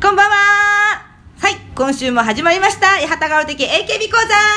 こんばんは。はい、今週も始まりました八幡薫的 AKB 講座。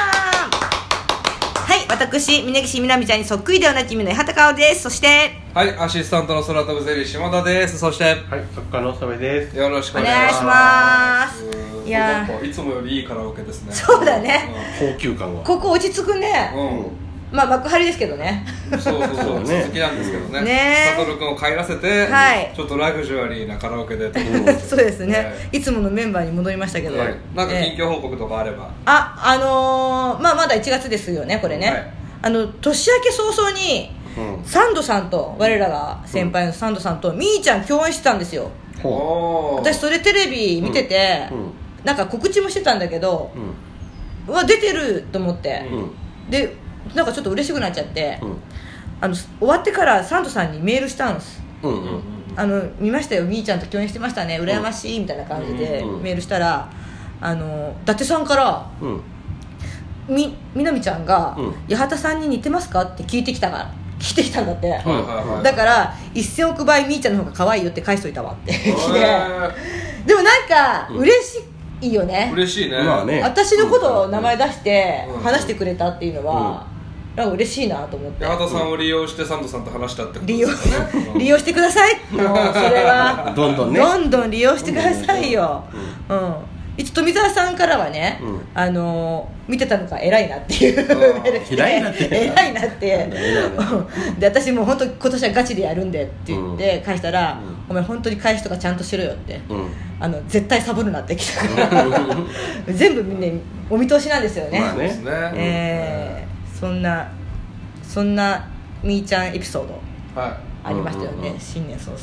はい、私峯岸みなみちゃんにそっくりでおなじみの八幡薫です。そしてはい、アシスタントの空飛ぶゼリー下田です。そしてはい、作家の染です。 よろしくおお願いし願ま。 いします。いやなんかいつもよりいいカラオケですね。 そうだね、 高級感が。 ここ落ち着くね。まあ幕張ですけどね。 そうそうそう、 ね続きなんですけどね。 ねサトル君を帰らせて、 はい、 ちょっとラグジュアリーなカラオケでそうですね、 はい、 いつものメンバーに戻りましたけど、 はい、なんか近況報告とかあれば、 まあまだ1月ですよねこれね、 はい、 年明け早々に、サンドさんと我らが先輩のサンドさんとみーちゃん共演してたんですよ。私それテレビ見てて、なんか告知もしてたんだけど、うわ出てると思って、でなんかちょっと嬉しくなっちゃって、終わってからサンドさんにメールしたんです、見ましたよ、みーちゃんと共演してましたね、羨ましいみたいな感じでメールしたら、伊達さんから、みなみちゃんが、八幡さんに似てますかって聞いてきたんだって、だから1000億倍みーちゃんの方が可愛いよって返しといたわって来てでもなんか嬉しいよね、 嬉しいね、 まあね、 私のことを名前出して話してくれたっていうのは、なんか嬉しいなと思って。 八幡さんを利用してサンドさんと話したってこと利用ですよね。 利用してください。もうそれはどんどんね、 どんどん利用してくださいよ。一応富澤さんからはね、見てたのか偉いなっていう偉いなってで、私もう本当今年はガチでやるんでって言って返したら、お前本当に返しとかちゃんとしろよって、絶対サボるなってきたから全部みんなお見通しなんですよね。 まあね、 そんなみーちゃんエピソードありましたよね、新年早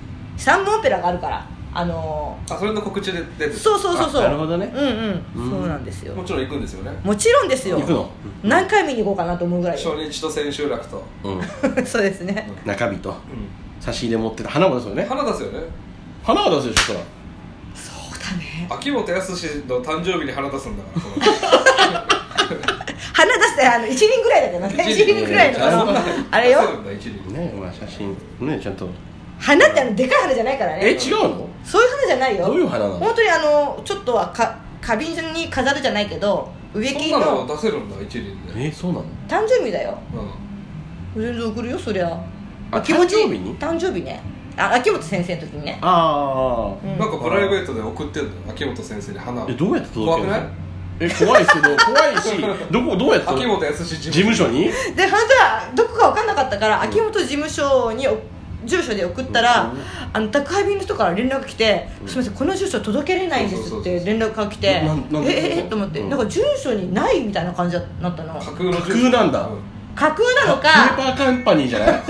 々。3本オペラがあるからそれの告知で出てる。 そうなるほどね。 そうなんですよ。 もちろん行くんですよね。 もちろんですよ。 行くの？ 何回見に行こうかなと思うぐらい。 初日と千秋楽と。 そうですね。 中日と差し入れ持ってた花も出すよね。 花出すよね。 花は出すでしょ。 そうだね。 秋元康の誕生日に花出すんだから花出して1輪ぐらいだけどね。1輪ぐらいのあれよね。まあ写真ね、ちゃんと花ってでかい花じゃないからね。 違うの？ そういう花じゃないよ。 どういう花なの？ 本当にちょっとは花瓶に飾るじゃないけど、植木のそんなの出せるんだ、一輪で。 そうなの？ 誕生日だよ。全然送るよ、そりゃ。 誕生日に？ 誕生日ね。秋元先生の時にね。 なんかプライベートで送ってんのよ、秋元先生に花を。 どうやって届けるの？ 怖くない？ 怖いですけど、怖いし、どうやって秋元康事務所に？ で、本当はどこか分かんなかったから、秋元事務所に住所で送ったら、宅配便の人から連絡が来て、すみません、この住所届けれないんですって連絡が来て、と思って、なんか住所にないみたいな感じになったの。 架空なんだ。 架空なのか、 ペーパーカンパニーじゃない？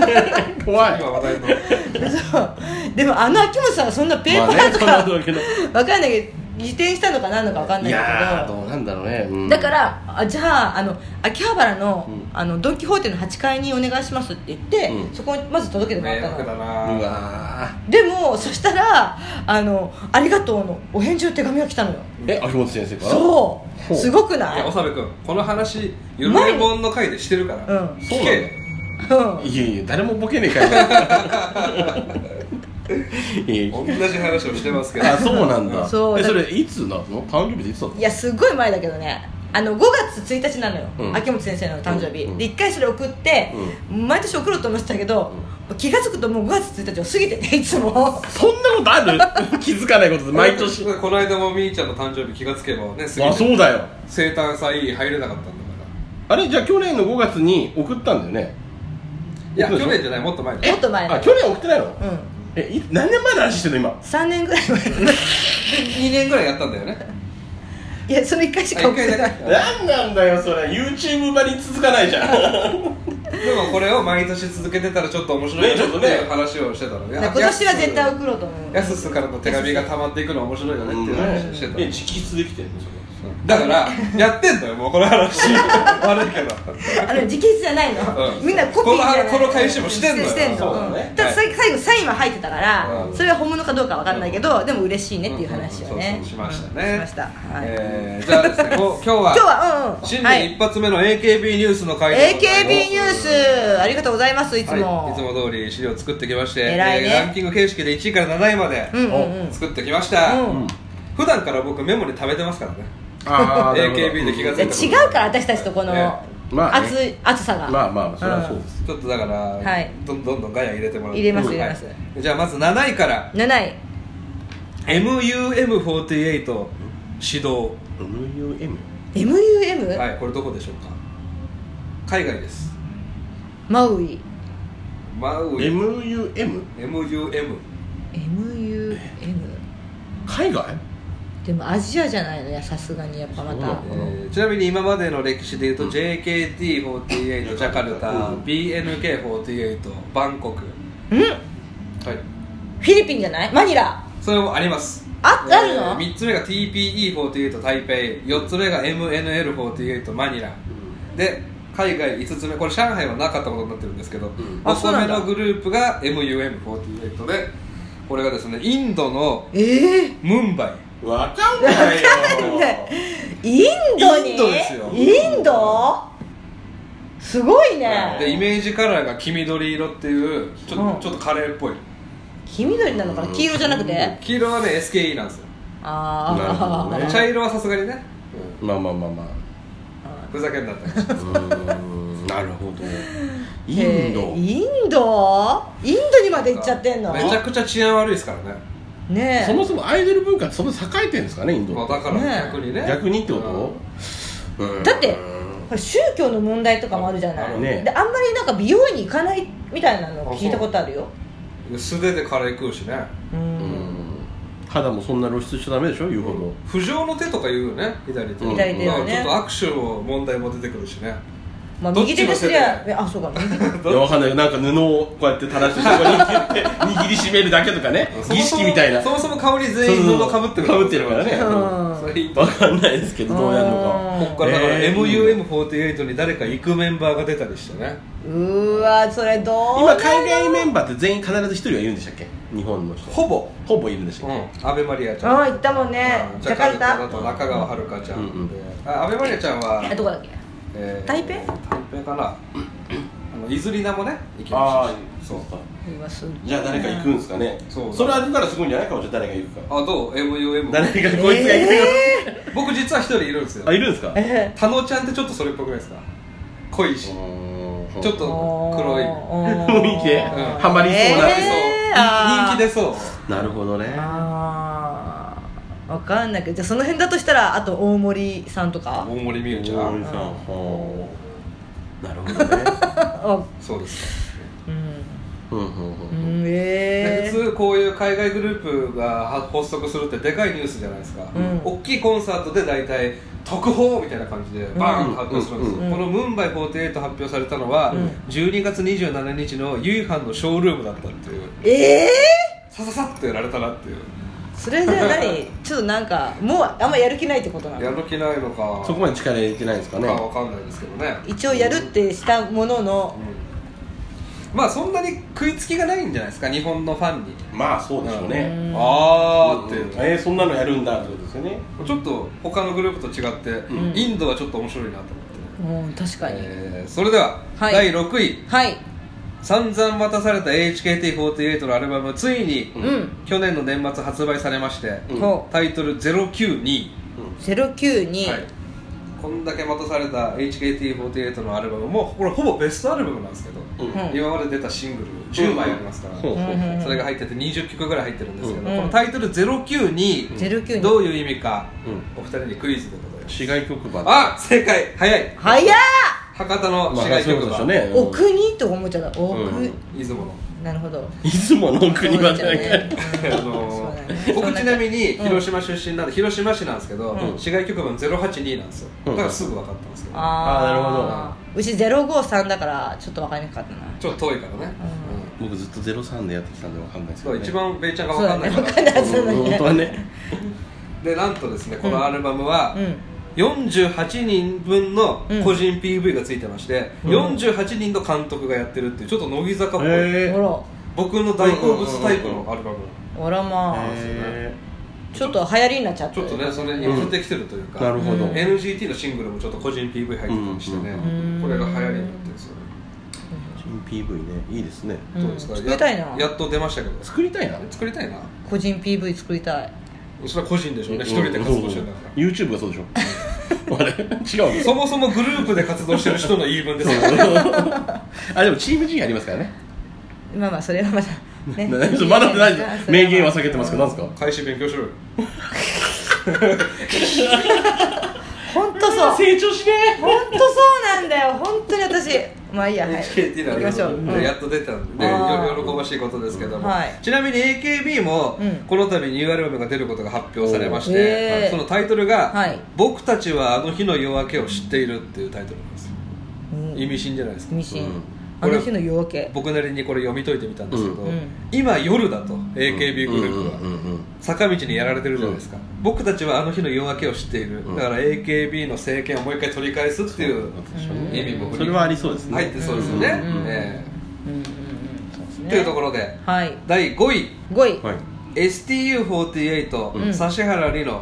怖い。 今話題のそうでも秋元さんがそんなペーパーとか分かんないけど、自転したのか何のか分かんないけど、 いやどうなんだろうね。 だからじゃあ秋葉原のドン・キホーテの8階にお願いしますって言って、そこにまず届けてもらったの。 迷惑だな。 うわでもそしたらありがとうのお返事の手紙が来たのよ。 秋元先生から？ そうすごくない？ 長部君、この話ゆるめもんの回でしてるから、聞け。 いや誰もボケねえか同じ話をしてますけど。 そうなんだ。そそうれいつなの？誕生日でいつだったの？ いやすっごい前だけどね、5月1日なのよ、秋元先生の誕生日、で1回それ送って、毎年送ろうと思ってたけど、気が付くともう5月1日を過ぎてて、いつもそんなことある？気づかないことで毎年。 この間もみーちゃんの誕生日気がつけばね、過ぎてそうだよ、 生誕祭入れなかったんだから。 あれじゃあ去年の5月に送ったんだよね？ いや去年じゃない、もっと前だ。 もっと前だ。 去年送ってないの？何年前の話してるの今 ？3年ぐらい前 2年ぐらいやったんだよね。 いやその1回しか送ってない。 何なんだよそれ、 YouTube 場に続かないじゃんでもこれを毎年続けてたらちょっと面白いよねっていう話をしてたの。 今年は絶対送ろうと思う。 やすすからの手紙が溜まっていくの面白いよねっていう話をしてた。 直筆できてるのそれだからやってんのよもうこの話悪いけど直筆じゃないの、みんなコピーじゃないこの返しもしてんのよ。 してんの。 そうだね。 ただ最後サインは入ってたから、それは本物かどうかわかんないけど、でも嬉しいねっていう話をねしましたね。 しました。 じゃあですね、今日は今日は新年一発目の AKB ニュースの回でございます。 AKB ニュースありがとうございます。いつも、 はい、いつも通り資料作ってきまして、 偉いね、 ランキング形式で1位から7位まで作ってきました、普段から僕メモに貯めてますからね。AKB で気がついた違うから私たちとこの、暑さがまあそれはそうです、 ちょっとだから、どんどんガヤ入れてもらって入れます、 じゃあまず7位から 7位 MUM48 始動。 MUM？ はい、これどこでしょうか。海外です。 マウイ。 MUM？ 海外？ でもアジアじゃないのや、さすがにやっぱまた、 ちなみに今までの歴史でいうと、JKT48 ジャカルタ、BNK48 バンコク、はい、 フィリピンじゃない？マニラ。 それもあります。 あるの ？3つ目が TPE48 台北、4つ目が MNL48 マニラで、海外5つ目、これ上海はなかったことになってるんですけど、5つ目のグループが MUM48 で、これがですね、インドのムンバイ。 わかんないよ。 インドに？ インドですよ。 インド？すごいね。 でイメージカラーが黄緑色っていうちょっとカレーっぽい。 黄緑なのかな？黄色じゃなくて？ 黄色はね SKE なんですよ。 ああ、なるほどね。 茶色はさすがにね、 まあふざけんなってなるほど。インドにまで行っちゃってんの？ めちゃくちゃ治安悪いですからね。 ねえ、 そもそもアイドル文化ってそんな栄えてるんですかね、インドって。 だから逆にね。 逆にってこと？ だって宗教の問題とかもあるじゃない、であんまりなんか美容院に行かないみたいなの聞いたことあるよ。 素手でカレー食うしね。 肌もそんな露出しちゃダメでしょ、言うほど。 不浄の手とか言うよね、左手。 左手はね、 ちょっと握手の問題も出てくるしね。 まあ、右手ですりゃ、そうか、 いや、わかんない。なんか布をこうやって垂らしてそこに握りしめるだけとかね、儀式みたいな。 そもそも顔に全員布かぶってるからね。わかんないですけど、どうやるのか。 こっからだから MUM48 に誰か行くメンバーが出たりしてね。 それどう？ 今海外メンバーって全員必ず1人はいるんでしたっけ、日本の人。ほぼいるんでしたっけ。 阿部マリアちゃん。 行ったもんね。 ジャカルタだと中川遥ちゃんで、阿部マリアちゃんはどこだっけ？台北かな。イズリナもね行きましたし。そうか。 じゃあ誰か行くんですかね。それはだからすごいんじゃないかも。じゃあ誰が行くか。 どう MUM 誰かこいつが行くよ。 僕実は1人いるんですよ。 いるんですか。 タノちゃんってちょっとそれっぽくないですか。濃いしちょっと黒い雰囲気でハマりそうな、 人気出そう。なるほどね。 わかんないけど、じゃあその辺だとしたら、あと大森さんとか。 大森美羽ちゃん。 なるほどね。 そうですか。 普通こういう海外グループが発足するってでかいニュースじゃないですか。大きいコンサートで大体特報みたいな感じでバーンと発表するんですよ。このムンバイ48発表されたのは12月27日のユイハンのショールームだったっていう。さささっとやられたなっていう。 それじゃ何ちょっとなんかもうあんまやる気ないってことなの？ やる気ないのか、 そこまで力入れてないんですかね。 わかんないですけどね。 一応やるってしたものの、 まあそんなに食いつきがないんじゃないですか、日本のファンに。 まあそうでしょうね。 っていう、 そんなのやるんだってことですよね。 ちょっと他のグループと違って、インドはちょっと面白いなと思って。 確かに。 それでは、第6位。 はい。 散々渡された HKT48 のアルバム、ついに、去年の年末発売されまして、タイトル092。こんだけ待たされた HKT48 のアルバムも、これほぼベストアルバムなんですけど、今まで出たシングル10枚ありますから、それが入ってて20曲ぐらい入ってるんですけど、このタイトル092、どういう意味か、お二人にクイズでございます。 市外局番。 正解。早い。博多の市外局番。 お国と思っちゃった。お国。 出雲の。 なるほど。 出雲の国はじゃないか。 僕ちなみに広島出身なんで、広島市なんですけど、市外局番082なんですよ。だからすぐ分かったんですけど。 なるほど。 うち053だからちょっと分かりにくかったな。 ちょっと遠いからね。 僕ずっと03でやってきたんで分かんないですけど。 一番ベイちゃんが分かんないから。 本当はね。 でなんとですね、このアルバムは48人分の個人 PV がついてまして、48人の監督がやってるっていうちょっと乃木坂っぽい、僕の大好物タイプのアルバム。 あらまあ、ちょっと流行りになっちゃって、 ちょっとねそれに寄せてきてるというか、 なるほど。 NGT のシングルもちょっと個人 PV 入ってたりしてね、これが流行りになってるんですよね。 人 PV ね、いいですね。 どうですか、 作りたいな。 やっと出ましたけど。 作りたいな。 個人 PV 作りたい。 それは個人でしょうね、一人で活動してるんだから。 YouTube がそうでしょ。あれ違う。 そもそもグループで活動してる人の言い分ですよ。 あ、でもチーム G ありますからね。 まあそれはまだね。 まだない名言は避けてますけど、なんですか。 開始勉強しろよ。 本当そう。 成長しねえ。 本当そうなんだよ。本当に私。まあいいや。はい。 HKT のやっと出たんで、喜ばしいことですけども。ちなみに AKB もこの度ニューアルバムが出ることが発表されまして、そのタイトルが「僕たちはあの日の夜明けを知っている」っていうタイトルなんですよ。意味深じゃないですか。 意味深。あの日の夜明け。 僕なりにこれ読み解いてみたんですけど、今夜だと AKB グループは坂道にやられてるじゃないですか。僕たちはあの日の夜明けを知っている。だから AKB の政権をもう一回取り返すっていう意味もそれはありそうですね。 入ってそうですよね。というところで第5位 STU48 指原莉乃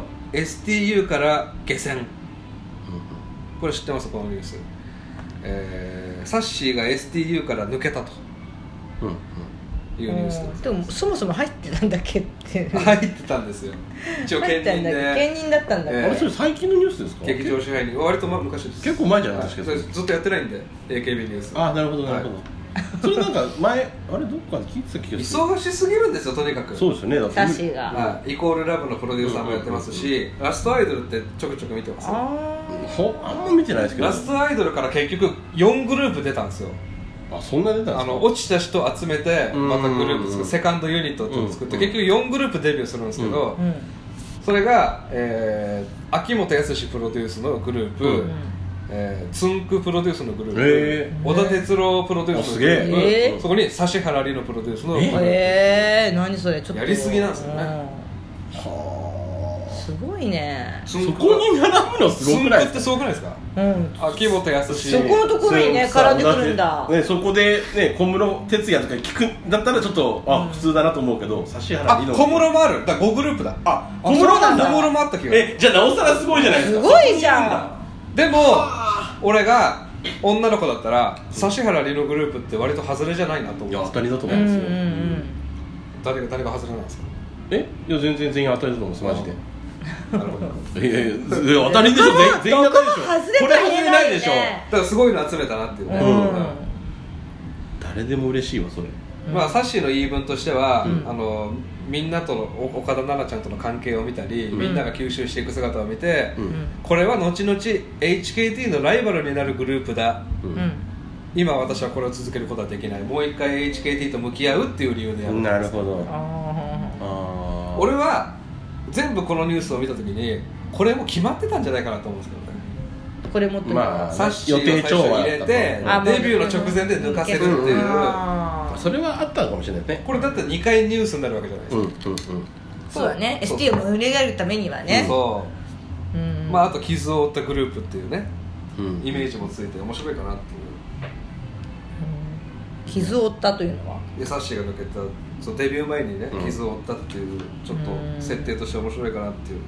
STU から下線。これ知ってますこのニュース。サッシーが STU から抜けたというニュースです。 でもそもそも入ってたんだっけって入ってたんですよ。一応兼任で兼任だったんだっけ。 それ最近のニュースですか。 劇場支配人割と昔です。 結構前じゃないですか。 ずっとやってないんで AKB ニュース。 あ、なるほどなるほど。それなんか前あれどっかで聞いてた気がする。 忙しすぎるんですよとにかく。 そうですよね。 サッシーがイコールラブのプロデューサーもやってますし、ラストアイドルってちょくちょく見てます。 あんま見てないですけど。 ラストアイドルから結局4グループ出たんですよ。 あ、そんな出たんですか。 落ちた人集めてまたグループ作る、セカンドユニットを作って結局4グループデビューするんですけど、それが秋元康プロデュースのグループ、つんくプロデュースのグループ、小田哲郎プロデュースのグループ、そこに指原莉乃プロデュースのグループ。 何それ、ちょっとやりすぎなんですよね。 すごいね。 そこに並ぶのすごくないですか。 つんくってすごくないですか。秋元康、 そこのところにね絡んでくるんだ。 そこでね小室哲哉とか聞くんだったらちょっと普通だなと思うけど、指原莉乃。 小室もある。だから5グループだ。 小室なんだ。 小室もあった気がする。 じゃあなおさらすごいじゃないですか。 すごいじゃん。 でも俺が女の子だったら指原莉乃グループって割と外れじゃないなと思う。 いや当たりだと思うんですよ。 誰が外れなんですか。 いや全然全員当たりだと思いますマジで。 なるほど。 当たりでしょ。全員当たりでしょ。これ外れないでしょ。 だからすごいの集めたなっていうね。 誰でも嬉しいわそれ。 まあサッシーの言い分としては、みんなとの岡田奈々ちゃんとの関係を見たり、みんなが吸収していく姿を見て、これは後々 HKT のライバルになるグループだ。今私はこれを続けることはできない。もう一回 HKT と向き合うっていう理由でやる。 なるほど。 俺は全部このニュースを見たときにこれも決まってたんじゃないかなと思うんですけどね。 これもっとサッシーを最初入れてデビューの直前で抜かせるっていう、 それはあったのかもしれないね。 これだって2回ニュースになるわけじゃないですか。 そうだね。ST を盛り上げるためにはね。 まああと傷を負ったグループっていうね、イメージもついて面白いかなっていう。 傷を負ったというのはサッシーが抜けた、そうデビュー前にね傷を負ったっていうちょっと設定として面白いかなっていう。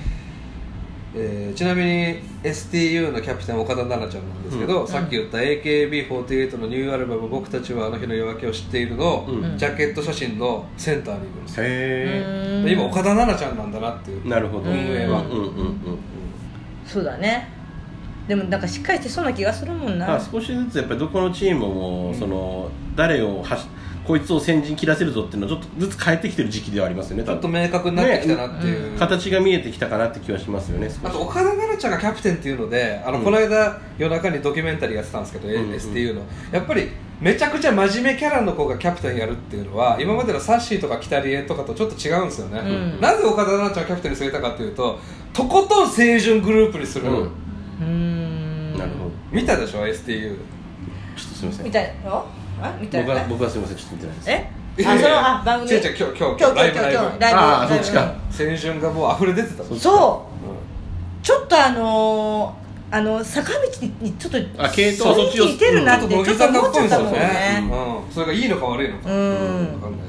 ちなみに STU のキャプテン岡田奈々ちゃんなんですけど、さっき言った AKB48 のニューアルバム「僕たちはあの日の夜明けを知っている」のジャケット写真のセンターにいるんですよ。今岡田奈々ちゃんなんだなっていう。 なるほど。 運営はそうだね。でもなんかしっかりしてそうな気がするもんな。 少しずつやっぱりどこのチームもその誰をこいつを先陣切らせるぞっていうのをちょっとずつ変えてきてる時期ではありますよね。 ちょっと明確になってきたなっていう、 形が見えてきたかなって気はしますよね。 あと岡田奈々ちゃんがキャプテンっていうので、この間夜中にドキュメンタリーやってたんですけど、STU のやっぱりめちゃくちゃ真面目キャラの子がキャプテンやるっていうのは今までのサッシーとかキタリエとかとちょっと違うんですよね。なぜ岡田奈々ちゃんをキャプテンに据えたかっていうと、とことん清純グループにする。なるほど。見たでしょ STU。 ちょっとすみません。 見たよ。 僕はすみません、ちょっと見てないです。 番組。 今日ライブ。 そっちか。 青春がもう溢れ出てた。 そう。ちょっと坂道にちょっと系統そっちを似てるなってちょっと思っちゃったもんね。 それがいいのか悪いのかわかんないですけど。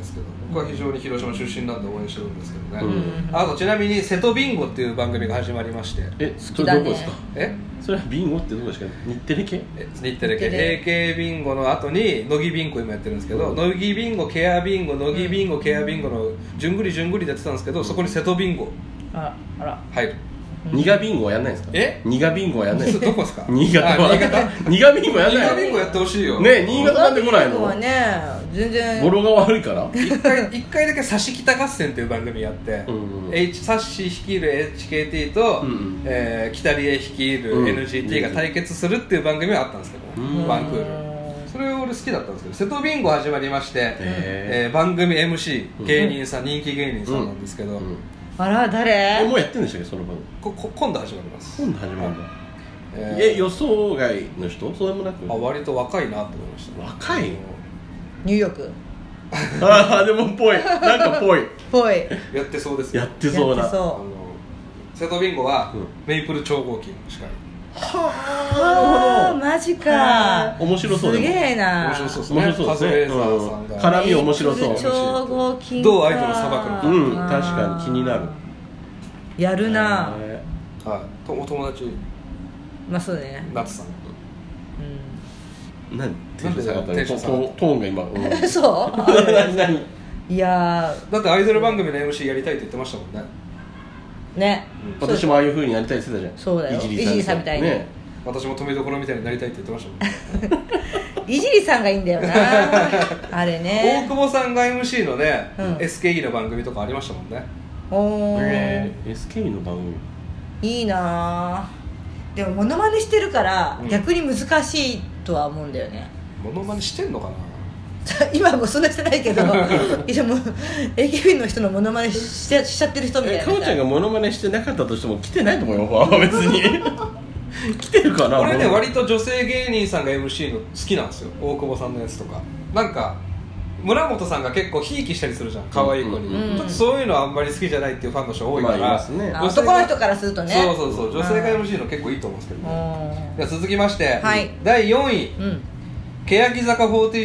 僕は非常に広島出身なんで応援してるんですけどね、あとちなみに瀬戸ビンゴっていう番組が始まりまして、 それどこですか？それはビンゴってどこですか？日テレ系？ 日テレ系 AK ビンゴの後に乃木ビンゴ今やってるんですけど、乃木ビンゴケアビンゴ乃木ビンゴケアビンゴの順繰りでやってたんですけど、そこに瀬戸ビンゴ入る。 ニガビンゴはやんないんですか？ニガビンゴはやんないんですか？ どこですか？ 新潟はニガビンゴやんないの？ ニガビンゴやってほしいよね。新潟なんで来ないの？ はね、全然語呂が悪いから一回だけ差し北合戦っていう番組やって、サッシ率いる HKT と北リエ率いる NGT が対決するっていう番組はあったんですけど、ワンクールそれ俺好きだったんですけど、瀬戸ビンゴ始まりまして、番組 MC 芸人さん、人気芸人さんなんですけど、 あら、誰？ もうやってるんでしたっけ、その番組？今度始まります。 今度始まるんだ。予想外の人？そうでもなく？ 割と若いなと思いました。 若い？ ニューヨーク。 でもぽい。なんかぽい。 やってそうですね。 やってそうな。 瀬戸ビンゴはメイプル超合金しかり。 はあ、マジか。 面白そうでも。 すげえな。 面白そうですね。カズレーザーさんが絡み面白そう。 超合金。 どうアイドルさばくのか。確かに気になる。 やるな。 はい。お友達。 まあそうだね。 夏さん。 何？テンション下がったね。トーンが今。 そう？ 何？ いやだってアイドル番組の MC やりたいって言ってましたもんね。 ね。 私もああいう風になりたいって言ってたじゃん。 そうだよ。いじりさんみたいに。 私も止めどころみたいになりたいって言ってましたもんね。 いじりさんがいいんだよな。あれね。 大久保さんが MC のね、SKE の番組とかありましたもんね。 SKE の番組いいな。でもモノマネしてるから逆に難しいとは思うんだよね。 モノマネしてんのかな？ 今もそんなしてないけど、一応もう AKB の人のモノマネしちゃってる人みたいな。 かおちゃんがモノマネしてなかったとしても来てないと思うよ。別に来てるかな。 俺ね、割と女性芸人さんが MC の好きなんですよ。大久保さんのやつとか、なんか村本さんが結構ひいきしたりするじゃん、可愛い子に。ちょっとそういうのはあんまり好きじゃないっていうファンの人多いから、 男の人からするとね。 そう女性が MC の結構いいと思うんですけど。では続きまして、第4位、欅坂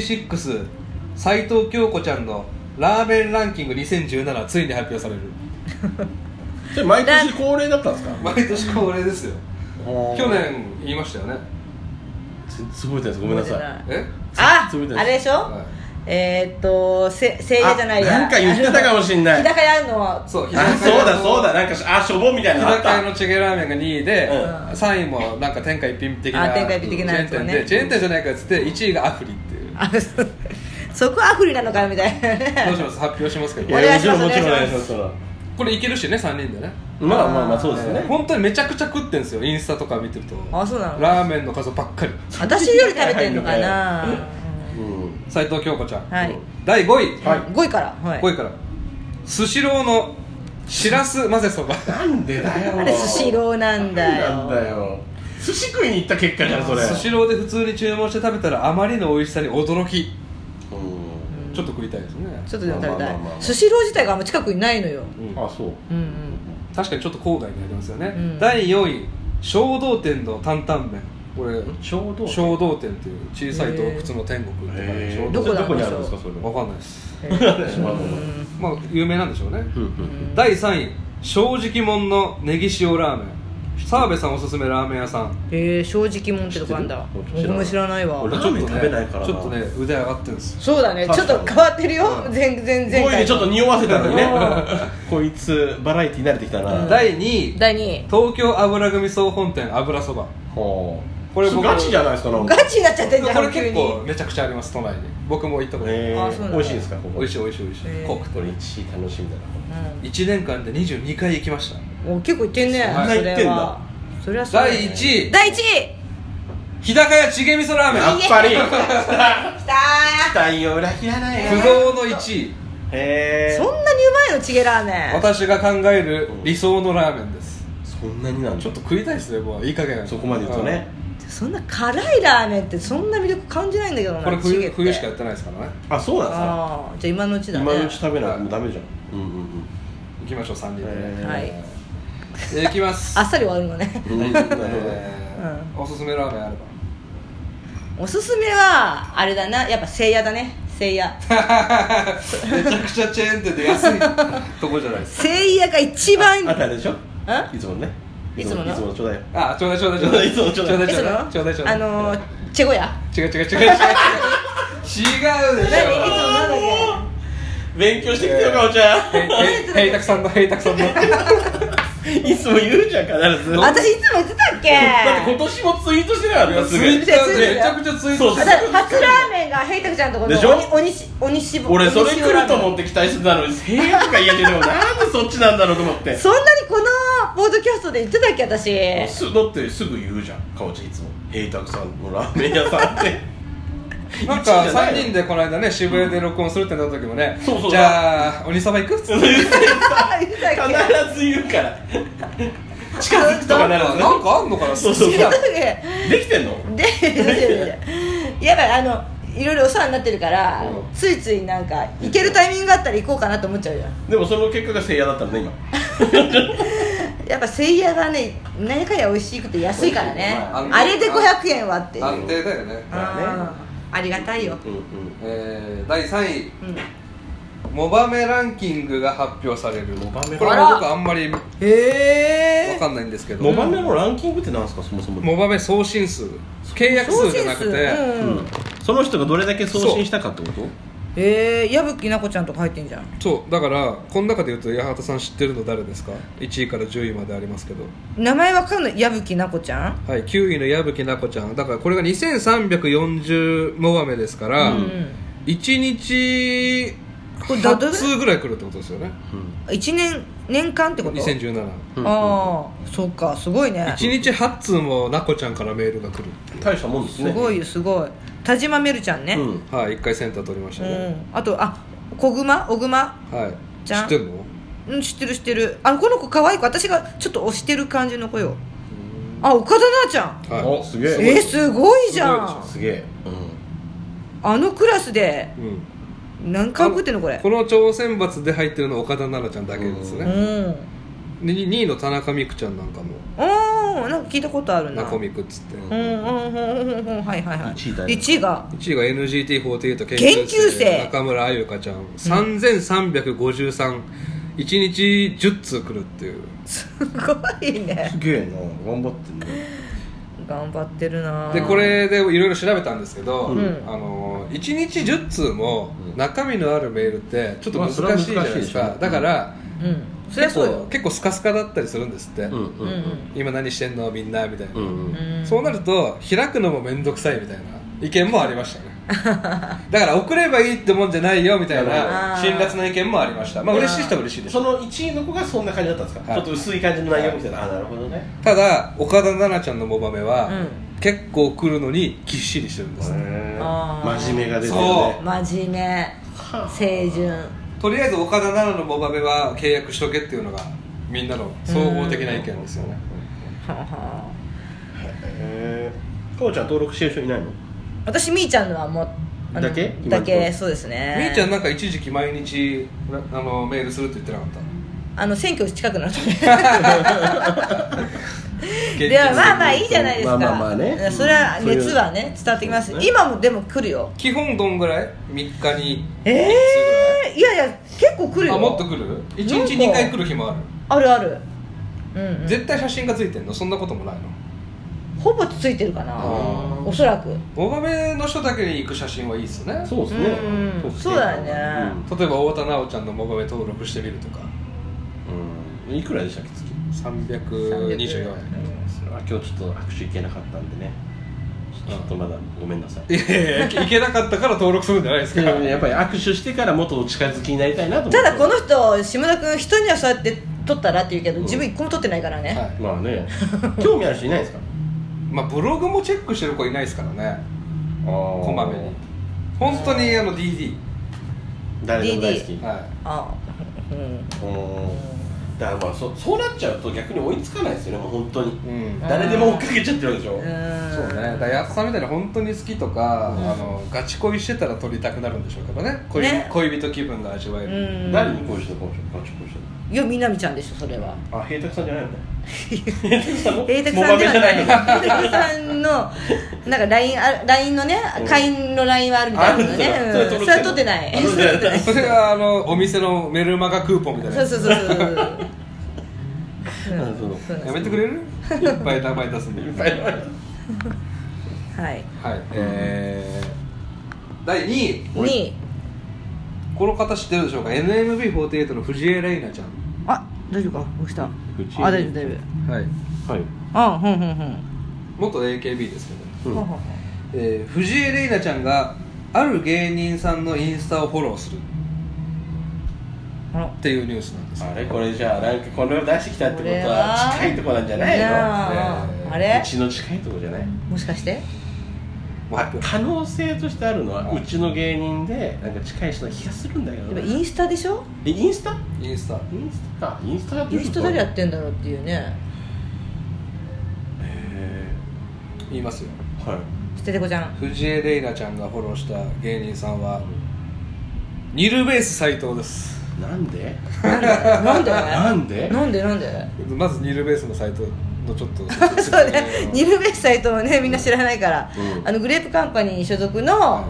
46斉藤京子ちゃんのラーメンランキング2017ついに発表される。 それ毎年恒例だったんですか？ 毎年恒例ですよ。去年言いましたよね。 すごいです、ごめんなさい。 あれでしょ？せいやじゃないや、 なんか言ってたかもしんない。 日高屋のそうだ、なんかしょぼみたいなのあった。 日高屋のチゲラーメンが2位で、3位もなんか天下一品的なチェーン店じゃないかっつって、1位がアフリっていう。 そこアフリなのかみたいな。 どうします？発表しますけど。 もちろんお願いします。 これいけるしね、3人でね。 まあそうですね。 本当にめちゃくちゃ食ってんですよ、インスタとか見てると。 そうなの？ ラーメンの数ばっかり。 私より食べてんのかな。 斉藤京子ちゃん、第5位、 5位から 5位からスシローのしらす混ぜそば。 なんでだよ。 あれスシローなんだよ。 寿司食いに行った結果じゃんそれ。 スシローで普通に注文して食べたらあまりの美味しさに驚き。ちょっと食いたいですね。 ちょっとでも食べたい。スシロー自体があんま近くにないのよ。 そう。 確かにちょっと郊外にありますよね。第4位、正道店の担々麺。これ正道店っていう小さい洞窟の天国ってどこにあるんですかそれ？ わかんないです。まあ有名なんでしょうね。第3位、正直門のネギ塩ラーメン。澤部さんおすすめラーメン屋さん。 正直門ってとこなんだ。僕も知らないわ。 ラーメン食べないからな。 ちょっとね腕上がってるんです。 そうだね、ちょっと変わってるよ。全然こういうちょっと匂わせたのにね。こいつバラエティー慣れてきたな。 第2位、東京油組総本店油そば。これガチじゃないですか。 ガチになっちゃってんじゃん。 これ結構めちゃくちゃあります、都内に。僕も行ったことある。 美味しいですか？ 美味しい。濃くてこれ1位楽しみだな。 1年間で22回行きました。 結構行ってんね。 そんな行ってんだ。 第1位、日高屋チゲ味噌ラーメン。 やっぱり期待を裏切らないよ。 不動の1位。 そんなにうまいのチゲラーメン。 私が考える理想のラーメンです。 そんなになんだ。 ちょっと食いたいですね、もういい加減。 そこまで言うとね。 そんな辛いラーメンってそんな魅力感じないんだけどな。 これ冬しかやってないですからね。 そうなんですか。 じゃあ今のうちだね。 今のうち食べないとダメじゃん。 行きましょう、3人で。 はい、 行きます。 あっさり終わるのね。 おすすめラーメンあれば。 おすすめはあれだな、やっぱせいやだね。 せいやめちゃくちゃチェーン店で安いとこじゃないですか。 せいやが一番あったでしょ、いつもね、 いつものちょうだいよ。 あ、ちょうだいちょうだいちょうだいいつもちょうだいちょうだいちょうだいちょうだいチェゴヤ違う違う違う違う違うでしょ。 何いつもなんだっ勉強してきてよ、かおちゃん。 ヘイタクさんのヘイタクさんのいつも言うじゃん、必ず。 け私いつも言ってたっけだって今年もツイートしてなかった、すぐ。 ツイッターでめちゃくちゃツイートして初ラーメンがヘイタクちゃんのところの鬼しぼ俺それ来ると思って期待してたのに、せいやとか言えてでもなんでそっちなんだろうと思って。 そんなにこのポッドキャストで言ってたっけ私。 だってすぐ言うじゃん、かおちゃんいつも。ヘイタクさんのラーメン屋さんってなんか3人でこの間ね、渋谷で録音するってなった時もね、 そうじゃあ鬼そば行くっつって言ってたっけ必ず言うから近づくとかなるなんかあんのかな、 そう好きなのできてんの。 でやっぱりいろいろお世話になってるから、ついついなんか行けるタイミングがあったら行こうかなと思っちゃうじゃん。 でもその結果がせいやだったのね、今やっぱせいやがね、何かや美味しくて安いからね、あれで500円はっていう安定だよね。 ありがたいよ。 第3位、モバメランキングが発表される。 モバメこれは僕あんまり分へかんないんですけど、 モバメのランキングってなんですか、そもそも。 モバメ送信数、契約数じゃなくて、 その人がどれだけ送信したかってこと。 矢吹奈子ちゃんとか入ってんじゃん。 そうだからこの中でいうと八幡さん知ってるの誰ですか。1位から10位までありますけど、 名前わかんない。矢吹奈子ちゃん、 はい、9位の矢吹奈子ちゃんだから、これが2340モバメですから、1日8通ぐらい来るってことですよね。 年間ってこと。 2017、 ああ、そうか、すごいね。 1日8通も奈子ちゃんからメールが来る。 大したもんですね。 すごいよ、すごい。田島めるちゃんね、 はい、1回センター取りましたね。 あと小熊はい、 ちゃん知ってるの。 知ってる知ってる。この子可愛い子、私がちょっと推してる感じの子よ。岡田奈ちゃん、 はい、 お、すげえ。 すごいじゃん。 すげえ。 あのクラスで何回送ってんのこれ。 この超選抜で入ってるのは岡田奈々ちゃんだけですね。で2位の田中美久ちゃんなんかもなんか聞いたことあるな。 中美久っつって、 はいはいはい。1位が NGT48 研究生中村あゆかちゃん、3353、1日10通来るっていう。 すごいね。 すげえな、頑張ってんね。 頑張ってるな。 でこれでいろいろ調べたんですけど、1日10通も中身のあるメールってちょっと難しいじゃないですか。だから、結構スカスカだったりするんですって。今何してんのみんなみたいな。そうなると開くのも面倒くさいみたいな意見もありましたね。だから送ればいいってもんじゃないよみたいな辛辣な意見もありました。まあ嬉しい人は嬉しいです。 その1位の子がそんな感じだったんですか。ちょっと薄い感じの内容みたいな。なるほどね。 ただ岡田奈々ちゃんのモバメは結構来るのにぎっしりしてるんです。 真面目が出てるね。 真面目、清純。 とりあえず岡田奈々のモバメは契約しとけっていうのがみんなの総合的な意見ですよね。 かおちゃん登録してる人いないの。 私みーちゃんのはもうだけそうですね。 みーちゃんなんか一時期毎日メールするって言ってなかった。 選挙近くなるとねでもまあいいじゃないですか。 まあね、 それは熱はね伝わってきます。今もでも来るよ。 基本どんぐらい？3日にいや結構来るよ。 もっと来る？1日2回来る日もある。ある。 絶対写真がついてんの？そんなこともないの？ ほぼついてるかな、おそらく。 モバメの人だけに行く写真はいいっすね。 そうですね。 そうだよね。 例えば太田奈緒ちゃんのモバメ登録してみるとか。 いくらでしたっけ月 ？324円。 今日ちょっと握手行けなかったんでね、ちょっとまだごめんなさい。 いや行けなかったから登録するんじゃないですか。 やっぱり握手してからもっとお近づきになりたいなと思って。 ただこの人下田君人にはそうやって撮ったらって言うけど、自分一個も撮ってないからね。 まあね興味ある人いないですか。 まあブログもチェックしてる子いないですからね。こまめに本当にDD 誰でも大好き。だからまあそうなっちゃうと逆に追いつかないですよね。もう本当に誰でも追っかけちゃってるわけでしょ。そうね。だからやっさんみたいに本当に好きとかガチ恋してたら撮りたくなるんでしょうけどね。恋人気分が味わえる。 誰に恋してた？ガチ恋してた？ いや、みなみちゃんでしょそれは。 平卓さんじゃないの？ 栄拓さんではない栄拓さんのなんか LINE のね会員の LINE はあるみたいなのね、それは取ってないそれがお店のメルマガクーポンみたいな。 そうやめてくれる？いっぱい名前出すんで。いっぱい名前出す。はい。第2位。この方知ってるでしょうか。 NMB48 の藤江玲奈ちゃん。 あ、大丈夫か？押した。大丈夫。はい。 元 AKB ですけど、藤江玲奈ちゃんがある芸人さんのインスタをフォローするっていうニュースなんです。 あれこれじゃあなんかこれを出してきたってことは近いところなんじゃないの？ あれ？ うちの近いところじゃない？ もしかして？ 可能性としてあるのはうちの芸人でなんか近い人な気がするんだけど。 でもインスタでしょ？ インスタか。 インスタ誰やってんだろうっていうね。 言いますよ。 はい。 捨ててこちゃん。 藤江玲奈ちゃんがフォローした芸人さんはニルベース斉藤です。 なんでまずニルベースの斉藤のちょっとそうね、ニルベース斉藤をねみんな知らないから、グレープカンパニー所属の、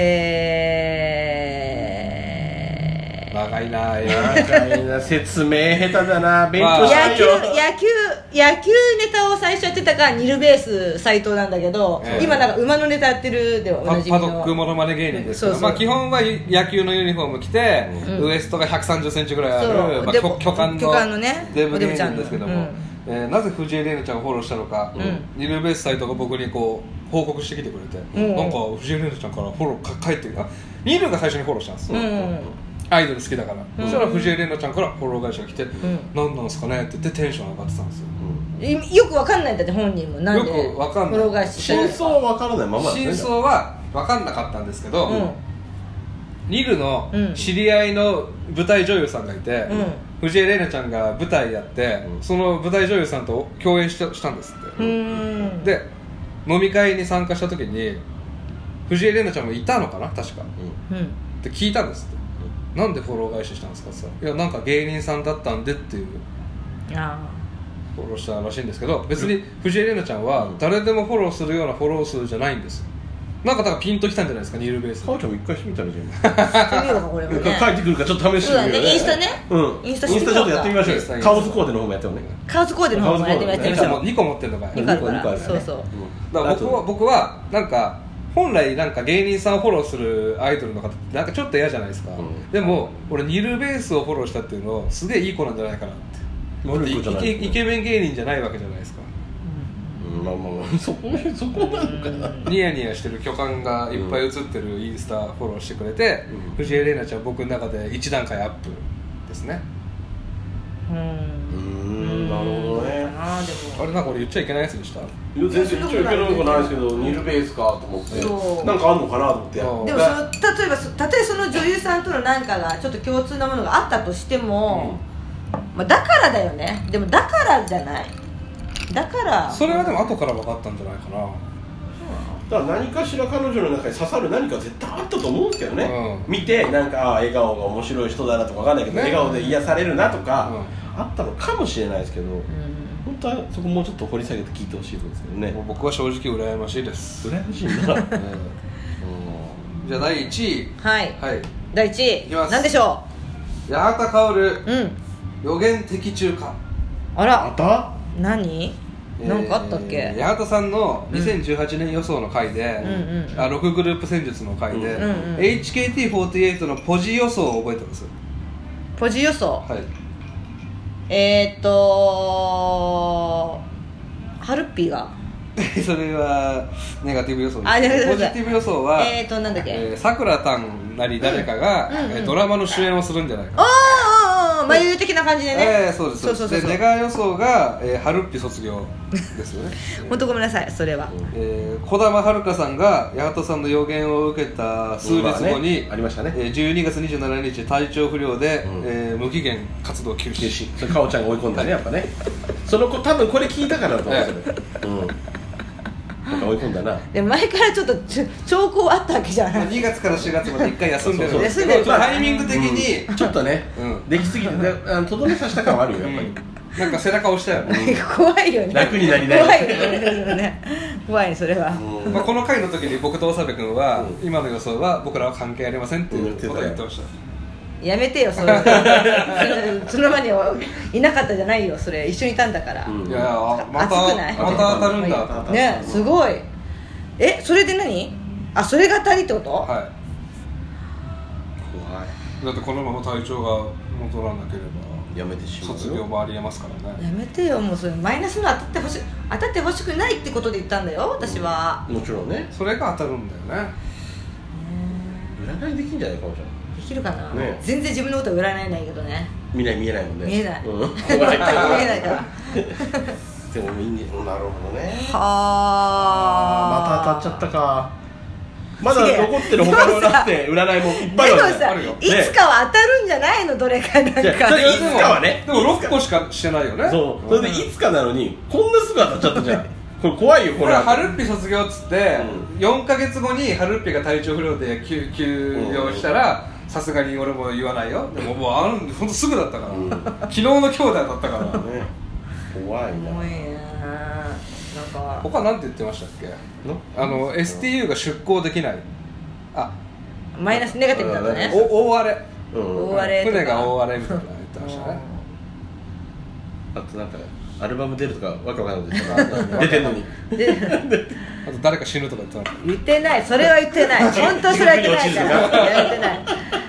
長いな説明下手だな。勉強したいよ。 野球ネタを最初やってたからニルベース斉藤なんだけど、今なんか馬のネタやってるではおなじみのパドックモノマネ芸人ですけど、基本は野球のユニフォーム着て、ウエストが130センチぐらいある巨漢のデブ芸人ですけども、なぜ藤江玲奈ちゃんをフォローしたのか、ニルベース斉藤が僕にこう報告してきてくれて、なんか藤江玲奈ちゃんからフォロー返ってきた。ニルが最初にフォローしたんですよ。アイドル好きだから、そしたら藤江玲奈ちゃんからフォロー返しが来て、何なんすかねって言ってテンション上がってたんですよ。 よくわかんないんだって本人もなんでよくわかんない。 フォロー返し真相はわからないまま真相はわかんなかったんですけど、ニルの知り合いの舞台女優さんがいて、藤江玲奈ちゃんが舞台やって、その舞台女優さんと共演したんですって。で飲み会に参加した時に藤江玲奈ちゃんもいたのかな確か、って聞いたんですって。なんでフォロー返ししたんですかって言ったら、いやなんか芸人さんだったんでっていうフォローしたらしいんですけど、別に藤江玲奈ちゃんは誰でもフォローするようなフォロー数じゃないんです。なんかだからピンときたんじゃないですか、ニルベース。 母ちゃんも一回してみたらじゃん。 してみようかこれもね。 帰ってくるかちょっと試してみようよ。 インスタね。 インスタちょっとやってみましょうよ。カオズコーデの方もやってもね。 カオズコーデの方もやってみましょう。 2個持ってるのか。 2個あるから。そうそう。 だから僕はなんか本来なんか芸人さんをフォローするアイドルの方ってなんかちょっと嫌じゃないですか、でも俺ニルベースをフォローしたっていうのはすげえいい子なんじゃないかなって。イケメン芸人じゃないわけじゃないですか。 まあそこなのかな。 ニヤニヤしてる巨漢がいっぱい写ってるインスタフォローしてくれて、藤江玲奈ちゃん僕の中で1段階アップですね。 なるほどね。 あれなんか俺言っちゃいけないやつでした。 全然言っちゃいけないことないですけど、ニルベースかと思ってなんかあんのかなと思って。でも例えその女優さんとのなんかがちょっと共通なものがあったとしても、だからだよね。でもだからじゃない。だからそれはでも後から分かったんじゃないかな。 だから何かしら彼女の中に刺さる何か絶対あったと思うんですけどね、見てなんか笑顔が面白い人だなとか分かんないけど、笑顔で癒されるなとか、あったのかもしれないですけど、本当はそこもうちょっと掘り下げて聞いてほしいですけどね。 僕は正直羨ましいです。 羨ましいんだ。 じゃあ第1位。 第1位何でしょう。八幡薫、予言的中か。 あら、 また何なんかあったっけ。 八幡さんの2018年予想の回で、6グループ戦術の回で、HKT48 のポジ予想を覚えてます？ ポジ予想、ハルッピーがそれはネガティブ予想です。ポジティブ予想はなんだっけ、 さくらたんなり誰かがドラマの主演をするんじゃないか。 眉毛的な感じでね。 そうです。でネガ予想がハルッピ卒業ですよね。 本当ごめんなさい、それは。 児玉遥さんが八幡さんの予言を受けた数日後に、 ありましたね。 12月27日体調不良で無期限活動休止。 それかおちゃんが追い込んだね、やっぱね。その子多分これ聞いたかなと思って。なんか追い込んだな。 で前からちょっと兆候あったわけじゃない。 2月から4月まで1回休んでる。 休んでるタイミング的にちょっとね、できすぎてとどめさせた感はあるよやっぱり。 なんか背中押したよね怖いよね、 楽になりない怖いよね怖いそれは、 まあ、この回の時に僕と長部君は、今の予想は僕らは関係ありませんっていうことを言ってました、 やめてよそれその場にはいなかったじゃないよ、それ一緒にいたんだから、 いやまた当たるんだね、すごい。それで何、それが当たりってこと？ はい、 怖い。 だってこのまま体調が戻らなければやめてしまう、 卒業もありえますからね。 やめてよ、もうそれマイナスの当たってほしくないってことで言ったんだよ私は、 もちろんね、 それが当たるんだよね。 占いできんじゃないかもしれない。 できるかな、 ね、 全然自分のことは占えないけどね。 見えないもんね。 見えない、見えないからでもいいね、なるほどね。 はあ、 また当たっちゃったか。まだ残ってる他のだって占いもいっぱいあるよ。でもさ、いつかは当たるんじゃないの、どれかなんか。 いつかはね。 でも6個しかしてないよね。 そう。それでいつかなのにこんなすぐ当たっちゃったじゃん。これ怖いよこれ。 はるっぴ卒業っつって、4ヶ月後にはるっぴが体調不良で休業したら、さすがに俺も言わないよ。でももうほんとすぐだったから。昨日の今日だったから。 怖いな。 怖いな。なんか他なんて言ってましたっけ？STU が出航できない、 マイナスネガティブだったね。 大荒れ、 大荒れとか船が大荒れみたいなの言ってましたね。 あとなんかアルバム出るとかわけわかんない出てんのにあと誰か死ぬとか言ってなかった？ 言ってない、それは言ってない本当それは言ってないから言ってない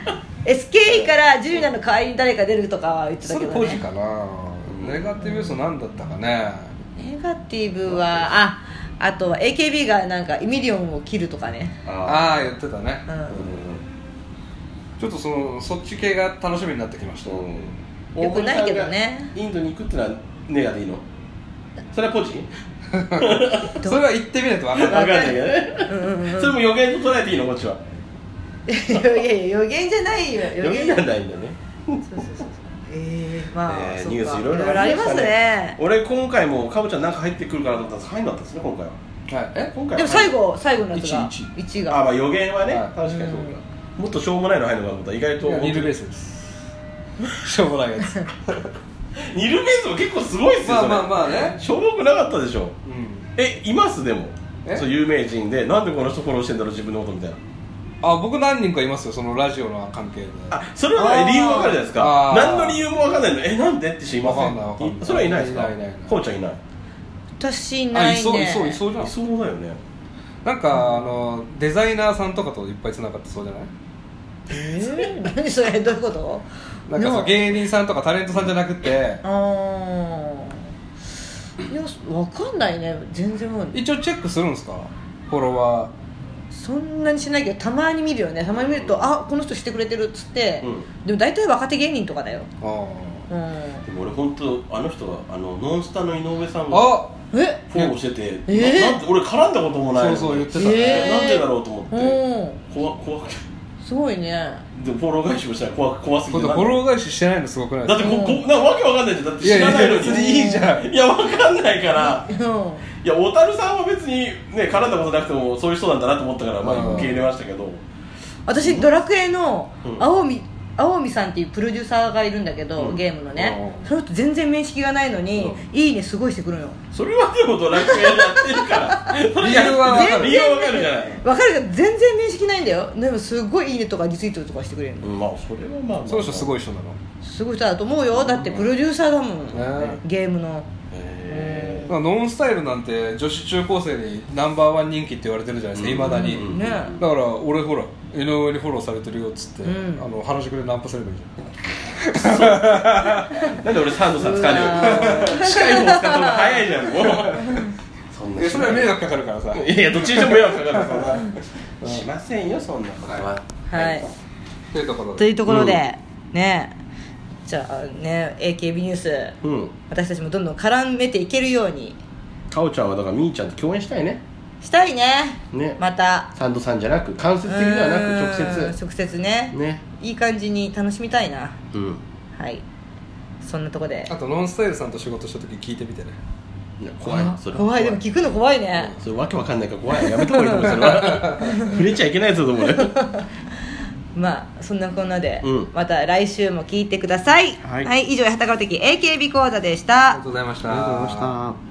SKE からジュリナの代わりに誰か出るとかは言ってたけどね。 それポジかな。ネガティブ要素何だったかね。 ネガティブはあとは AKB がなんかイミリオンを切るとかね。 言ってたね、ちょっとそっち系が楽しみになってきました、 よくないけどね。 インドに行くってのはネガでいいの？それはポジ？ それは言ってみないと分かんないけどね。それも予言と捉えていいのこっちは？ いや予言じゃないよ。 予言じゃないんだね。 そうまあニュースいろいろありますね。 俺今回もかぼちゃんなんか入ってくるかなと思ったら入んなかったですね今回は。今回でも最後のやつが1がまあ予言はね、確かにそうか。もっとしょうもないの入るのかと思ったら意外とニルベースです。しょうもないやつニルベースも結構すごいっすよ。 まあね、 しょうもくなかったでしょ。いますでもそう有名人でなんでこの人フォローしてんだろう自分のことみたいな。 僕何人かいますよ、そのラジオの関係で。 それは理由分かるじゃないですか。何の理由も分かんないの。なんでって人いません？それはいないですか？こうちゃんいない？ 私いないね。 いそうじゃん。 いそうだよね。 なんかデザイナーさんとかといっぱい繋がってそうじゃない？ 何それ、どういうこと？ なんか芸人さんとかタレントさんじゃなくて、いや分かんないね、全然もう。 一応チェックするんですか？フォロワーそんなにしないけどたまに見るよね。たまに見るとこの人してくれてるっつって、でも大体若手芸人とかだよ。 でも俺本当あの人がノンスタの井上さんがフォローしてて、なんて俺絡んだこともないのに。 そう言ってたね。 なんでだろうと思って怖くて。 すごいね。 でもフォロー返しもしたら怖すぎて。 フォロー返ししてないのすごくないだってなんかわけわかんないじゃん。だって知らないのに。 別にいいじゃん。 いやわかんないからいや小樽さんは別にね絡んだことなくてもそういう人なんだなと思ったから受け入れましたけど、 私ドラクエの青海さんっていうプロデューサーがいるんだけど、ゲームのね、その人全然面識がないのに、いいねすごいしてくるの。 それはでもドラクエやってるから理由は分かる。 理由は分かるじゃない。 分かるけど全然面識ないんだよ。でもすごいいいねとかリツイートとかしてくれるの。 まあそれはまあその人すごい人なの。 すごい人だと思うよ。だってプロデューサーだもん、ゲームの。 ノンスタイルなんて女子中高生にナンバーワン人気って言われてるじゃないですか、いまだに。だから俺ほら井上にフォローされてるよっつって原宿でナンパすればいいじゃん。 なんで俺サンドさん使うの？近い方使った方が早いじゃん。もうそれは迷惑かかるからさ。 いやどっちにしても迷惑かかるからしませんよそんなことは。 はいというところでね、じゃあね AKB ニュース、私たちもどんどん絡めていけるように。 かおちゃんはだからみーちゃんと共演したいね。 したいね。またサンドさんじゃなく間接的ではなく直接ねいい感じに楽しみたいな。はい、そんなとこで。 あとノンスタイルさんと仕事した時聞いてみてね。 いや怖い。それ怖い。でも聞くの怖いね。 それわけわかんないから怖い。やめた方がいいと思う。それは触れちゃいけないやつだと思うよ。 まあそんなこんなで、また来週も聞いてください。はい、以上八幡川的 AKB 講座でした。 ありがとうございました。 ありがとうございました。